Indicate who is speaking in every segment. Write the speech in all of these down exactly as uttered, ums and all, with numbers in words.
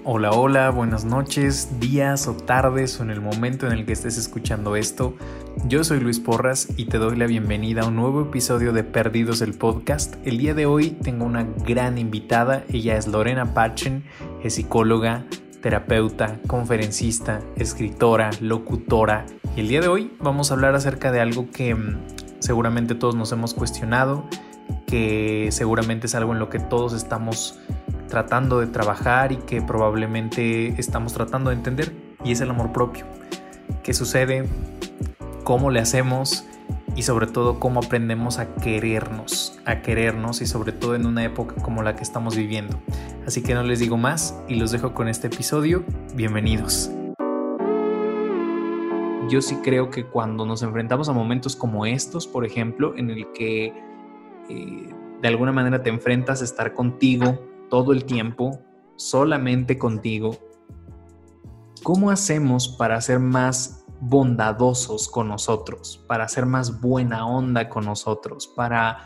Speaker 1: Hola, hola, buenas noches, días o tardes o en el momento en el que estés escuchando esto. Yo soy Luis Porras y te doy la bienvenida a un nuevo episodio de Perdidos el Podcast. El día de hoy tengo una gran invitada, ella es Lorena Pachen, es psicóloga, terapeuta, conferencista, escritora, locutora. Y el día de hoy vamos a hablar acerca de algo que mmm, seguramente todos nos hemos cuestionado, que seguramente es algo en lo que todos estamos tratando de trabajar y que probablemente estamos tratando de entender, y es el amor propio. ¿Qué sucede? ¿Cómo le hacemos? Y sobre todo, ¿cómo aprendemos a querernos? A querernos y sobre todo en una época como la que estamos viviendo. Así que no les digo más y los dejo con este episodio. Bienvenidos. Yo sí creo que cuando nos enfrentamos a momentos como estos, por ejemplo, en el que eh, de alguna manera te enfrentas a estar contigo todo el tiempo, solamente contigo, ¿cómo hacemos para ser más bondadosos con nosotros, para ser más buena onda con nosotros, para,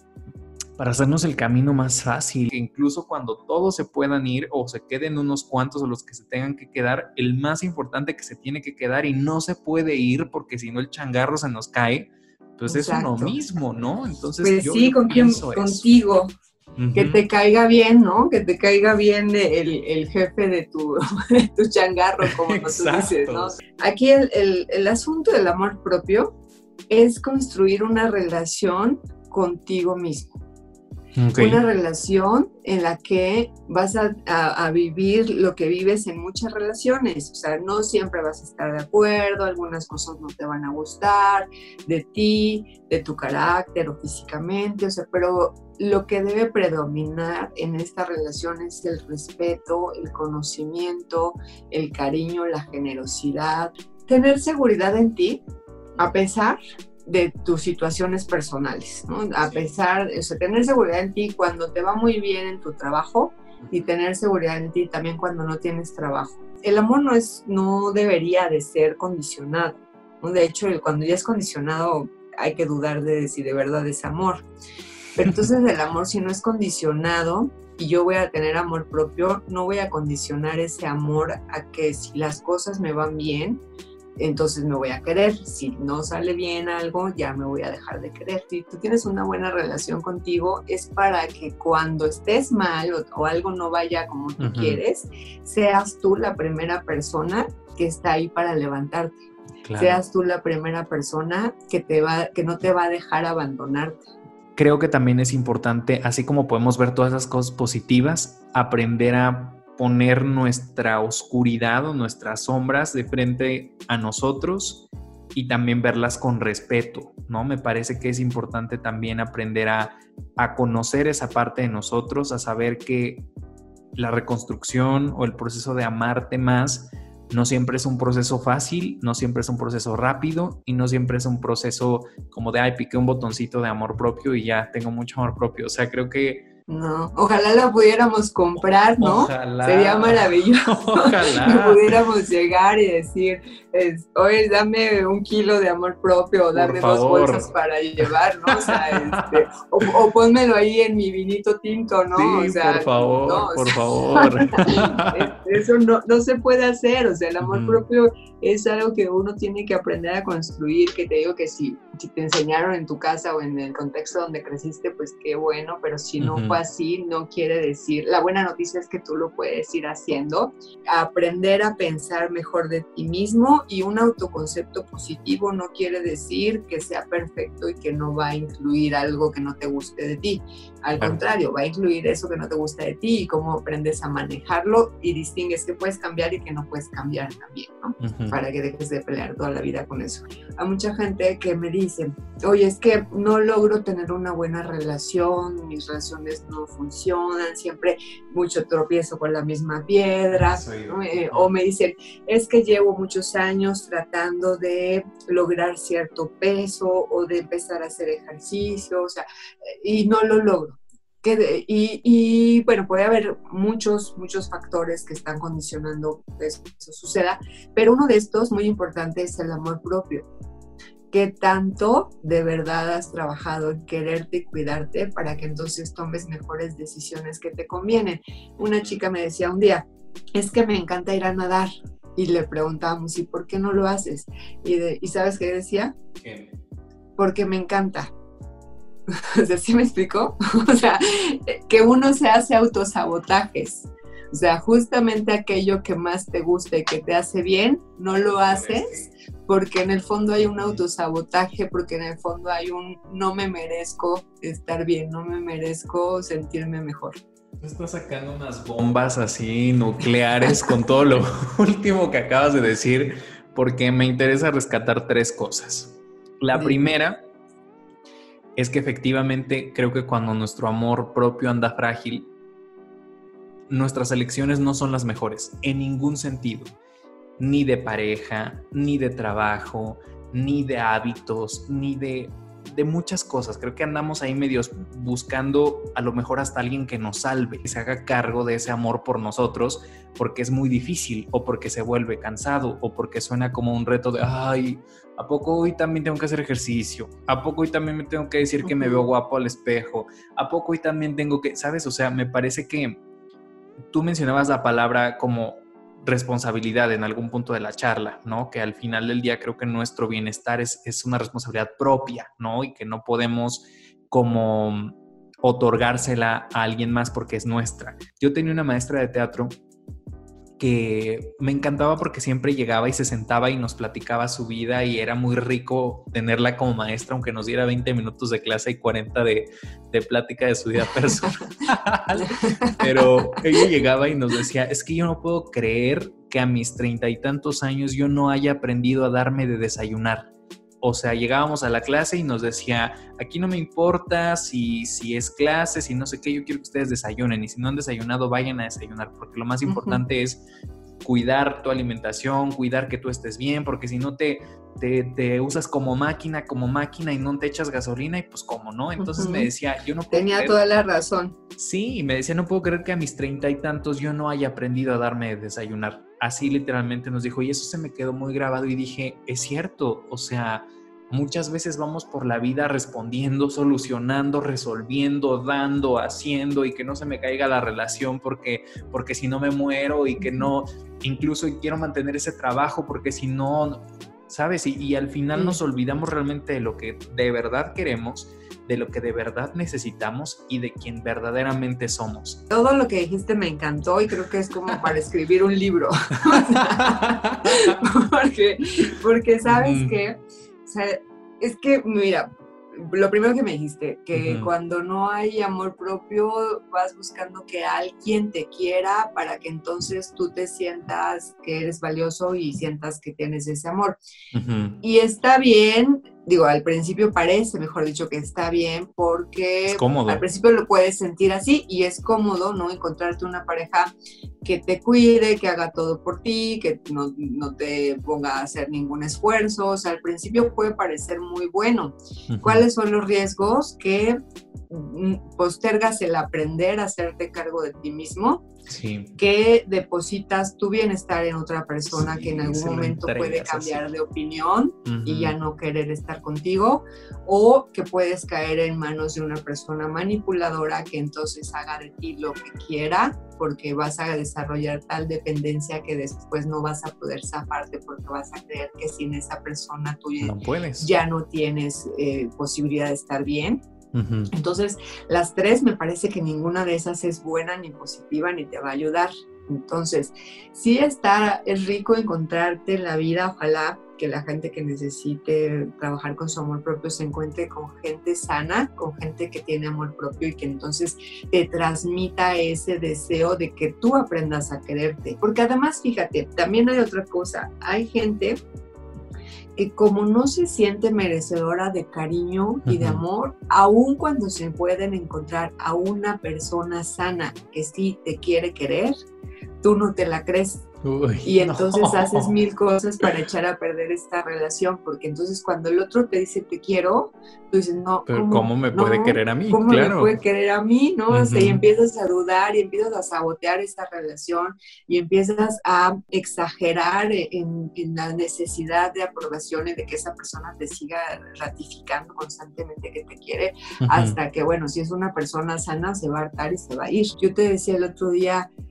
Speaker 1: para hacernos el camino más fácil? Incluso cuando todos se puedan ir o se queden unos cuantos o los que se tengan que quedar, el más importante que se tiene que quedar y no se puede ir porque si no el changarro se nos cae, pues Exacto. Es uno mismo, ¿no? Entonces
Speaker 2: pues
Speaker 1: yo,
Speaker 2: sí,
Speaker 1: yo
Speaker 2: con
Speaker 1: pienso
Speaker 2: quien,
Speaker 1: eso.
Speaker 2: Contigo. Uh-huh. Que te caiga bien, ¿no? Que te caiga bien el, el jefe de tu, de tu changarro, como tú dices, ¿no? Aquí el, el, el asunto del amor propio es construir una relación contigo mismo. Okay. Una relación en la que vas a, a, a vivir lo que vives en muchas relaciones. O sea, no siempre vas a estar de acuerdo, algunas cosas no te van a gustar de ti, de tu carácter o físicamente, o sea, pero lo que debe predominar en esta relación es el respeto, el conocimiento, el cariño, la generosidad, tener seguridad en ti, a pesar de tus situaciones personales, ¿no? A pesar de, o sea, tener seguridad en ti cuando te va muy bien en tu trabajo y tener seguridad en ti también cuando no tienes trabajo. El amor no es, no debería de ser condicionado, ¿no? De hecho, cuando ya es condicionado hay que dudar de si de verdad es amor. Pero entonces el amor, si no es condicionado y yo voy a tener amor propio, no voy a condicionar ese amor a que si las cosas me van bien, entonces me voy a querer. Si no sale bien algo, ya me voy a dejar de querer. Si tú tienes una buena relación contigo, es para que cuando estés mal o, o algo no vaya como tú uh-huh. quieres, seas tú la primera persona que está ahí para levantarte. Claro. Seas tú la primera persona que, te va, que no te va a dejar abandonarte.
Speaker 1: Creo que también es importante, así como podemos ver todas esas cosas positivas, aprender a poner nuestra oscuridad o nuestras sombras de frente a nosotros y también verlas con respeto, ¿no? Me parece que es importante también aprender a, a conocer esa parte de nosotros, a saber que la reconstrucción o el proceso de amarte más no siempre es un proceso fácil, no siempre es un proceso rápido y no siempre es un proceso como de, ay, piqué un botoncito de amor propio y ya tengo mucho amor propio. O sea, creo que
Speaker 2: No, ojalá lo pudiéramos comprar, ¿no?
Speaker 1: Ojalá.
Speaker 2: Sería maravilloso.
Speaker 1: Ojalá.
Speaker 2: Que pudiéramos llegar y decir, es, oye, dame un kilo de amor propio o dame dos bolsas para llevar, ¿no? O sea, este, o, o pónmelo ahí en mi vinito tinto, ¿no?
Speaker 1: Sí,
Speaker 2: o sea,
Speaker 1: por favor,
Speaker 2: no,
Speaker 1: por
Speaker 2: sea,
Speaker 1: favor.
Speaker 2: Eso no, no se puede hacer, o sea, el amor uh-huh. propio es algo que uno tiene que aprender a construir, que te digo que si, si te enseñaron en tu casa o en el contexto donde creciste, pues qué bueno, pero si no uh-huh. fue así, no quiere decir, la buena noticia es que tú lo puedes ir haciendo, aprender a pensar mejor de ti mismo, y un autoconcepto positivo no quiere decir que sea perfecto y que no va a incluir algo que no te guste de ti, al claro. contrario, va a incluir eso que no te gusta de ti y cómo aprendes a manejarlo y distingues que puedes cambiar y que no puedes cambiar también, ¿no? Uh-huh. Para que dejes de pelear toda la vida con eso. Hay mucha gente que me dice, oye, es que no logro tener una buena relación, mis relaciones no funcionan, siempre mucho tropiezo con la misma piedra, ¿no? eh, o me dicen, es que llevo muchos años tratando de lograr cierto peso o de empezar a hacer ejercicio, o sea, y no lo logro. Que de, y, y bueno, puede haber muchos, muchos factores que están condicionando que eso suceda, pero uno de estos muy importante es el amor propio. ¿Qué tanto de verdad has trabajado en quererte y cuidarte para que entonces tomes mejores decisiones que te convienen? Una chica me decía un día, es que me encanta ir a nadar. Y le preguntábamos, ¿y por qué no lo haces? Y, de, ¿y sabes qué decía? ¿Qué? Porque me encanta. O sea, ¿sí me explicó? O sea, que uno se hace autosabotajes. O sea, justamente aquello que más te gusta y que te hace bien, no lo haces porque en el fondo hay un autosabotaje, porque en el fondo hay un no me merezco estar bien, no me merezco sentirme mejor.
Speaker 1: Estás sacando unas bombas así nucleares con todo lo último que acabas de decir, porque me interesa rescatar tres cosas. La sí. primera es que efectivamente creo que cuando nuestro amor propio anda frágil, nuestras elecciones no son las mejores, en ningún sentido. Ni de pareja, ni de trabajo, ni de hábitos, ni de, de muchas cosas. Creo que andamos ahí medios buscando a lo mejor hasta alguien que nos salve, que se haga cargo de ese amor por nosotros, porque es muy difícil, o porque se vuelve cansado, o porque suena como un reto de, ay, ¿a poco hoy también tengo que hacer ejercicio? ¿A poco hoy también me tengo que decir que me veo guapo al espejo? ¿A poco hoy también tengo que, sabes? O sea, me parece que tú mencionabas la palabra como responsabilidad en algún punto de la charla, ¿no? Que al final del día creo que nuestro bienestar es, es una responsabilidad propia, ¿no? Y que no podemos como otorgársela a alguien más porque es nuestra. Yo tenía una maestra de teatro que me encantaba porque siempre llegaba y se sentaba y nos platicaba su vida y era muy rico tenerla como maestra, aunque nos diera veinte minutos de clase y cuarenta de, de plática de su vida personal. Pero ella llegaba y nos decía, es que yo no puedo creer que a mis treinta y tantos años yo no haya aprendido a darme de desayunar. O sea, llegábamos a la clase y nos decía, aquí no me importa si, si es clase, si no sé qué, yo quiero que ustedes desayunen. Y si no han desayunado, vayan a desayunar, porque lo más importante uh-huh. es cuidar tu alimentación, cuidar que tú estés bien, porque si no te, te, te usas como máquina, como máquina y no te echas gasolina y pues cómo, ¿no? Entonces uh-huh. me decía, yo no puedo
Speaker 2: Tenía
Speaker 1: creer,
Speaker 2: toda la razón.
Speaker 1: Sí, me decía, no puedo creer que a mis treinta y tantos yo no haya aprendido a darme de desayunar. Así literalmente nos dijo, y eso se me quedó muy grabado y dije, es cierto, o sea, muchas veces vamos por la vida respondiendo, solucionando, resolviendo, dando, haciendo y que no se me caiga la relación porque, porque si no me muero y que no, incluso quiero mantener ese trabajo porque si no, ¿sabes? Y, y al final nos olvidamos realmente de lo que de verdad queremos, de lo que de verdad necesitamos y de quien verdaderamente somos.
Speaker 2: Todo lo que dijiste me encantó y creo que es como para escribir un libro. porque, porque sabes mm. que, o sea, es que, mira, lo primero que me dijiste, que uh-huh. cuando no hay amor propio vas buscando que alguien te quiera para que entonces tú te sientas que eres valioso y sientas que tienes ese amor. Uh-huh. Y está bien, digo, al principio parece, mejor dicho, que está bien porque al principio lo puedes sentir así y es cómodo, ¿no? Encontrarte una pareja que te cuide, que haga todo por ti, que no, no te ponga a hacer ningún esfuerzo. O sea, al principio puede parecer muy bueno. Uh-huh. ¿Cuáles son los riesgos? Que postergas el aprender a hacerte cargo de ti mismo, sí. que depositas tu bienestar en otra persona sí, que en algún momento puede cambiar así. de opinión uh-huh. y ya no querer estar contigo, o que puedes caer en manos de una persona manipuladora que entonces haga de ti lo que quiera, porque vas a desarrollar tal dependencia que después no vas a poder zafarte porque vas a creer que sin esa persona tú no puedes. ya no tienes eh, posibilidad de estar bien. Uh-huh. Entonces, las tres me parece que ninguna de esas es buena ni positiva ni te va a ayudar. Entonces, sí está, es rico encontrarte en la vida, ojalá que la gente que necesite trabajar con su amor propio se encuentre con gente sana, con gente que tiene amor propio y que entonces te transmita ese deseo de que tú aprendas a quererte. Porque además, fíjate, también hay otra cosa, hay gente que como no se siente merecedora de cariño y uh-huh. de amor, aun cuando se pueden encontrar a una persona sana que sí te quiere querer, tú no te la crees. Uy, y entonces no. haces mil cosas para echar a perder esta relación, porque entonces cuando el otro te dice te quiero, tú dices no,
Speaker 1: pero ¿cómo, ¿cómo me puede no, querer a mí?
Speaker 2: ¿Cómo
Speaker 1: claro.
Speaker 2: me puede querer a mí? ¿No? Uh-huh. O sea, y empiezas a dudar y empiezas a sabotear esta relación y empiezas a exagerar en, en la necesidad de aprobación y de que esa persona te siga ratificando constantemente que te quiere, uh-huh. hasta que, bueno, si es una persona sana se va a hartar y se va a ir. Yo te decía el otro día,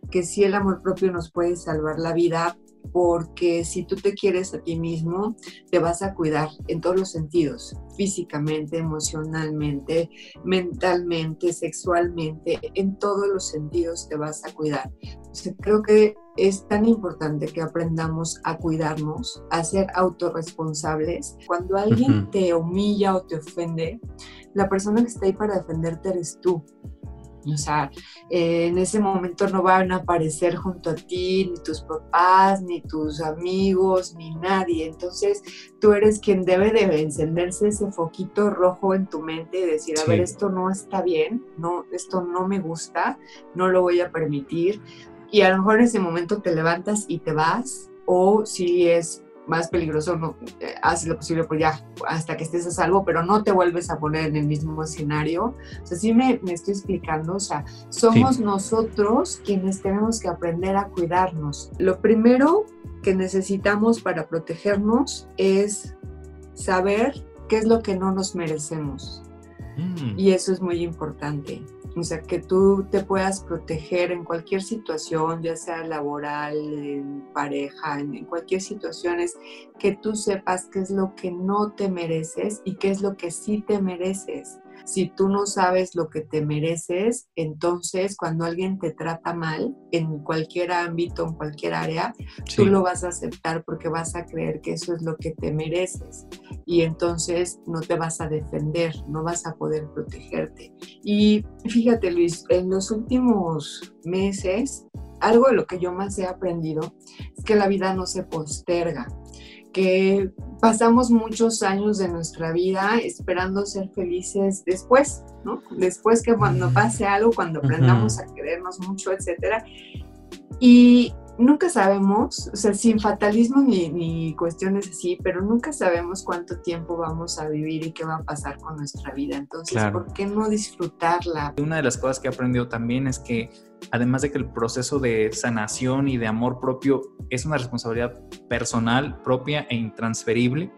Speaker 2: que sí el amor propio nos puede salvar la vida, porque si tú te quieres a ti mismo, te vas a cuidar en todos los sentidos, físicamente, emocionalmente, mentalmente, sexualmente, en todos los sentidos te vas a cuidar. Entonces, creo que es tan importante que aprendamos a cuidarnos, a ser autorresponsables. Cuando alguien uh-huh. te humilla o te ofende, la persona que está ahí para defenderte eres tú. O sea, eh, en ese momento no van a aparecer junto a ti ni tus papás, ni tus amigos, ni nadie. Entonces, tú eres quien debe de encenderse ese foquito rojo en tu mente y decir, a sí. ver, esto no está bien, no, esto no me gusta, no lo voy a permitir. Y a lo mejor en ese momento te levantas y te vas, o si es más peligroso, no, eh, haces lo posible pues ya hasta que estés a salvo, pero no te vuelves a poner en el mismo escenario. O sea, sí me, me estoy explicando, o sea, somos sí. nosotros quienes tenemos que aprender a cuidarnos. Lo primero que necesitamos para protegernos es saber qué es lo que no nos merecemos. Mm. Y eso es muy importante. O sea, que tú te puedas proteger en cualquier situación, ya sea laboral, en pareja, en, en cualquier situación, es que tú sepas qué es lo que no te mereces y qué es lo que sí te mereces. Si tú no sabes lo que te mereces, entonces cuando alguien te trata mal, en cualquier ámbito, en cualquier área, sí. tú lo vas a aceptar porque vas a creer que eso es lo que te mereces. Y entonces no te vas a defender, no vas a poder protegerte. Y fíjate, Luis, en los últimos meses, algo de lo que yo más he aprendido es que la vida no se posterga, que pasamos muchos años de nuestra vida esperando ser felices después, ¿no? Después que cuando pase algo, cuando aprendamos uh-huh. a querernos mucho, etcétera. Y nunca sabemos, o sea, sin fatalismo ni, ni cuestiones así, pero nunca sabemos cuánto tiempo vamos a vivir y qué va a pasar con nuestra vida. Entonces, claro. ¿por qué no disfrutarla?
Speaker 1: Una de las cosas que he aprendido también es que, además de que el proceso de sanación y de amor propio es una responsabilidad personal, propia e intransferible,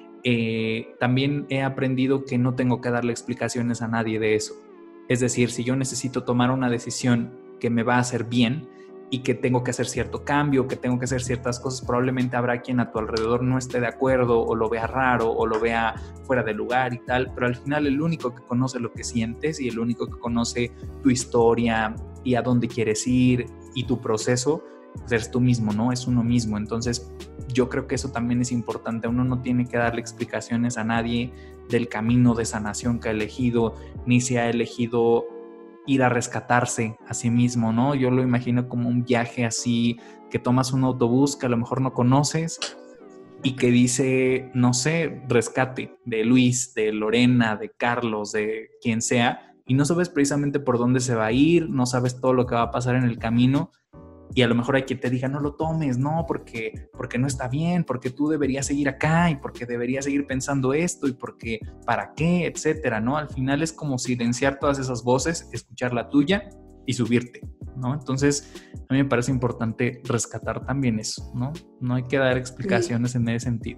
Speaker 1: eh, también he aprendido que no tengo que darle explicaciones a nadie de eso. Es decir, si yo necesito tomar una decisión que me va a hacer bien, y que tengo que hacer cierto cambio, que tengo que hacer ciertas cosas, probablemente habrá quien a tu alrededor no esté de acuerdo o lo vea raro o lo vea fuera de lugar y tal, pero al final el único que conoce lo que sientes y el único que conoce tu historia y a dónde quieres ir y tu proceso, pues eres tú mismo, ¿no? Es uno mismo. Entonces yo creo que eso también es importante. Uno no tiene que darle explicaciones a nadie del camino de sanación que ha elegido, ni se ha elegido ir a rescatarse a sí mismo, ¿no? Yo lo imagino como un viaje así, que tomas un autobús que a lo mejor no conoces y que dice, no sé, rescate de Luis, de Lorena, de Carlos, de quien sea, y no sabes precisamente por dónde se va a ir, no sabes todo lo que va a pasar en el camino, y a lo mejor hay quien te diga, no lo tomes, no, porque, porque no está bien, porque tú deberías seguir acá, y porque deberías seguir pensando esto, y porque, ¿para qué?, etcétera, ¿no? Al final es como silenciar todas esas voces, escuchar la tuya y subirte, ¿no? Entonces, a mí me parece importante rescatar también eso, ¿no? No hay que dar explicaciones sí. en ese sentido.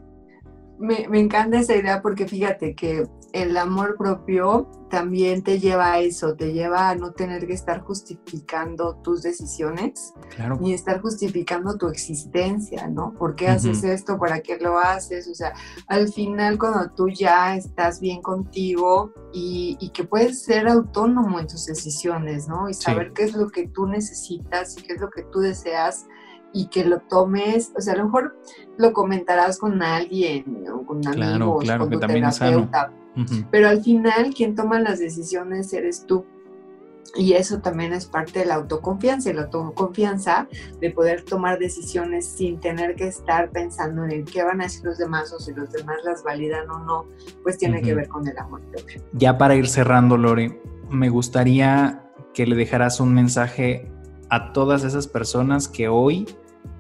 Speaker 2: Me, me encanta esa idea porque fíjate que el amor propio también te lleva a eso, te lleva a no tener que estar justificando tus decisiones, claro. ni estar justificando tu existencia, ¿no? ¿Por qué uh-huh. haces esto? ¿Para qué lo haces? O sea, al final cuando tú ya estás bien contigo y, y que puedes ser autónomo en tus decisiones, ¿no? Y saber sí. qué es lo que tú necesitas y qué es lo que tú deseas, y que lo tomes, o sea, a lo mejor lo comentarás con alguien, ¿no? Con
Speaker 1: claro,
Speaker 2: amigos,
Speaker 1: claro,
Speaker 2: con
Speaker 1: que
Speaker 2: tu
Speaker 1: también
Speaker 2: terapeuta,
Speaker 1: es sano. Uh-huh.
Speaker 2: pero al final quien toma las decisiones eres tú, y eso también es parte de la autoconfianza, y la autoconfianza de poder tomar decisiones sin tener que estar pensando en el qué van a decir los demás, o si los demás las validan o no, pues tiene uh-huh. que ver con el amor propio.
Speaker 1: Ya para ir cerrando, Lore, me gustaría que le dejaras un mensaje a todas esas personas que hoy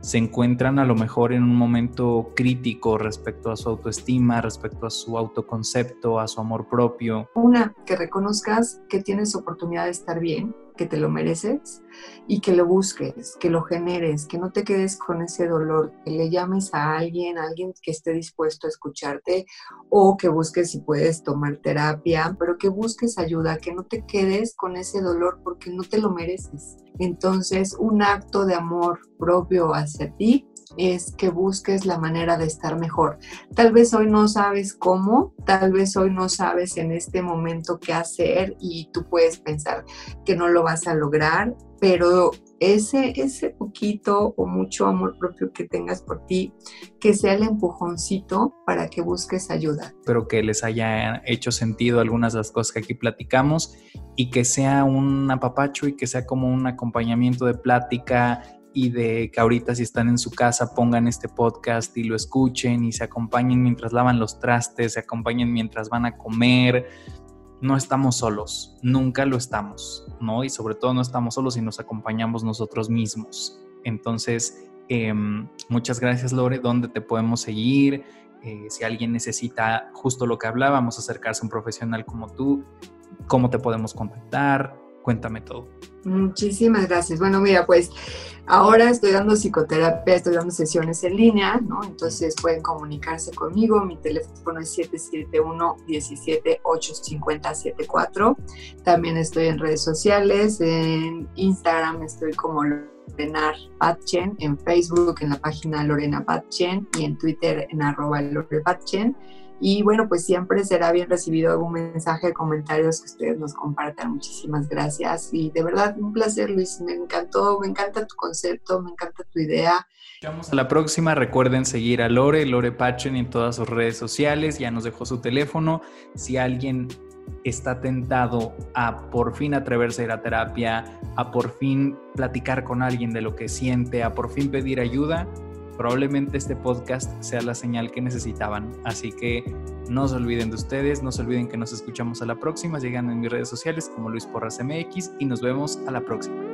Speaker 1: se encuentran a lo mejor en un momento crítico respecto a su autoestima, respecto a su autoconcepto, a su amor propio.
Speaker 2: Una, que reconozcas que tienes oportunidad de estar bien, que te lo mereces y que lo busques, que lo generes, que no te quedes con ese dolor, que le llames a alguien, a alguien que esté dispuesto a escucharte o que busques si puedes tomar terapia, pero que busques ayuda, que no te quedes con ese dolor porque no te lo mereces. Entonces, un acto de amor propio hacia ti es que busques la manera de estar mejor. Tal vez hoy no sabes cómo, tal vez hoy no sabes en este momento qué hacer y tú puedes pensar que no lo vas a lograr, pero ese, ese poquito o mucho amor propio que tengas por ti, que sea el empujoncito para que busques ayuda.
Speaker 1: Espero que les haya hecho sentido algunas de las cosas que aquí platicamos y que sea un apapacho y que sea como un acompañamiento de plática y de que ahorita si están en su casa pongan este podcast y lo escuchen y se acompañen mientras lavan los trastes, se acompañen mientras van a comer. No estamos solos, nunca lo estamos, ¿no? Y sobre todo no estamos solos si nos acompañamos nosotros mismos. Entonces, eh, muchas gracias, Lore. ¿Dónde te podemos seguir? Eh, si alguien necesita justo lo que hablábamos, acercarse a un profesional como tú, ¿cómo te podemos contactar? Cuéntame todo.
Speaker 2: Muchísimas gracias. Bueno, mira, pues ahora estoy dando psicoterapia, estoy dando sesiones en línea, ¿no? Entonces pueden comunicarse conmigo. Mi teléfono es siete siete uno, uno siete, ocho cinco cero siete cuatro. También estoy en redes sociales, en Instagram estoy como Lorena Patchen, en Facebook en la página Lorena Patchen y en Twitter en arroba Lore Patchen. Y bueno, pues siempre será bien recibido algún mensaje, comentarios que ustedes nos compartan. Muchísimas gracias y de verdad un placer, Luis. Me encantó, me encanta tu concepto, me encanta tu idea.
Speaker 1: Vamos a la próxima. Recuerden seguir a Lore, Lore Patchen en todas sus redes sociales. Ya nos dejó su teléfono. Si alguien está tentado a por fin atreverse a ir a terapia, a por fin platicar con alguien de lo que siente, a por fin pedir ayuda, probablemente este podcast sea la señal que necesitaban. Así que no se olviden de ustedes, no se olviden que nos escuchamos a la próxima. Sigan en mis redes sociales como Luis Porras M X y nos vemos a la próxima.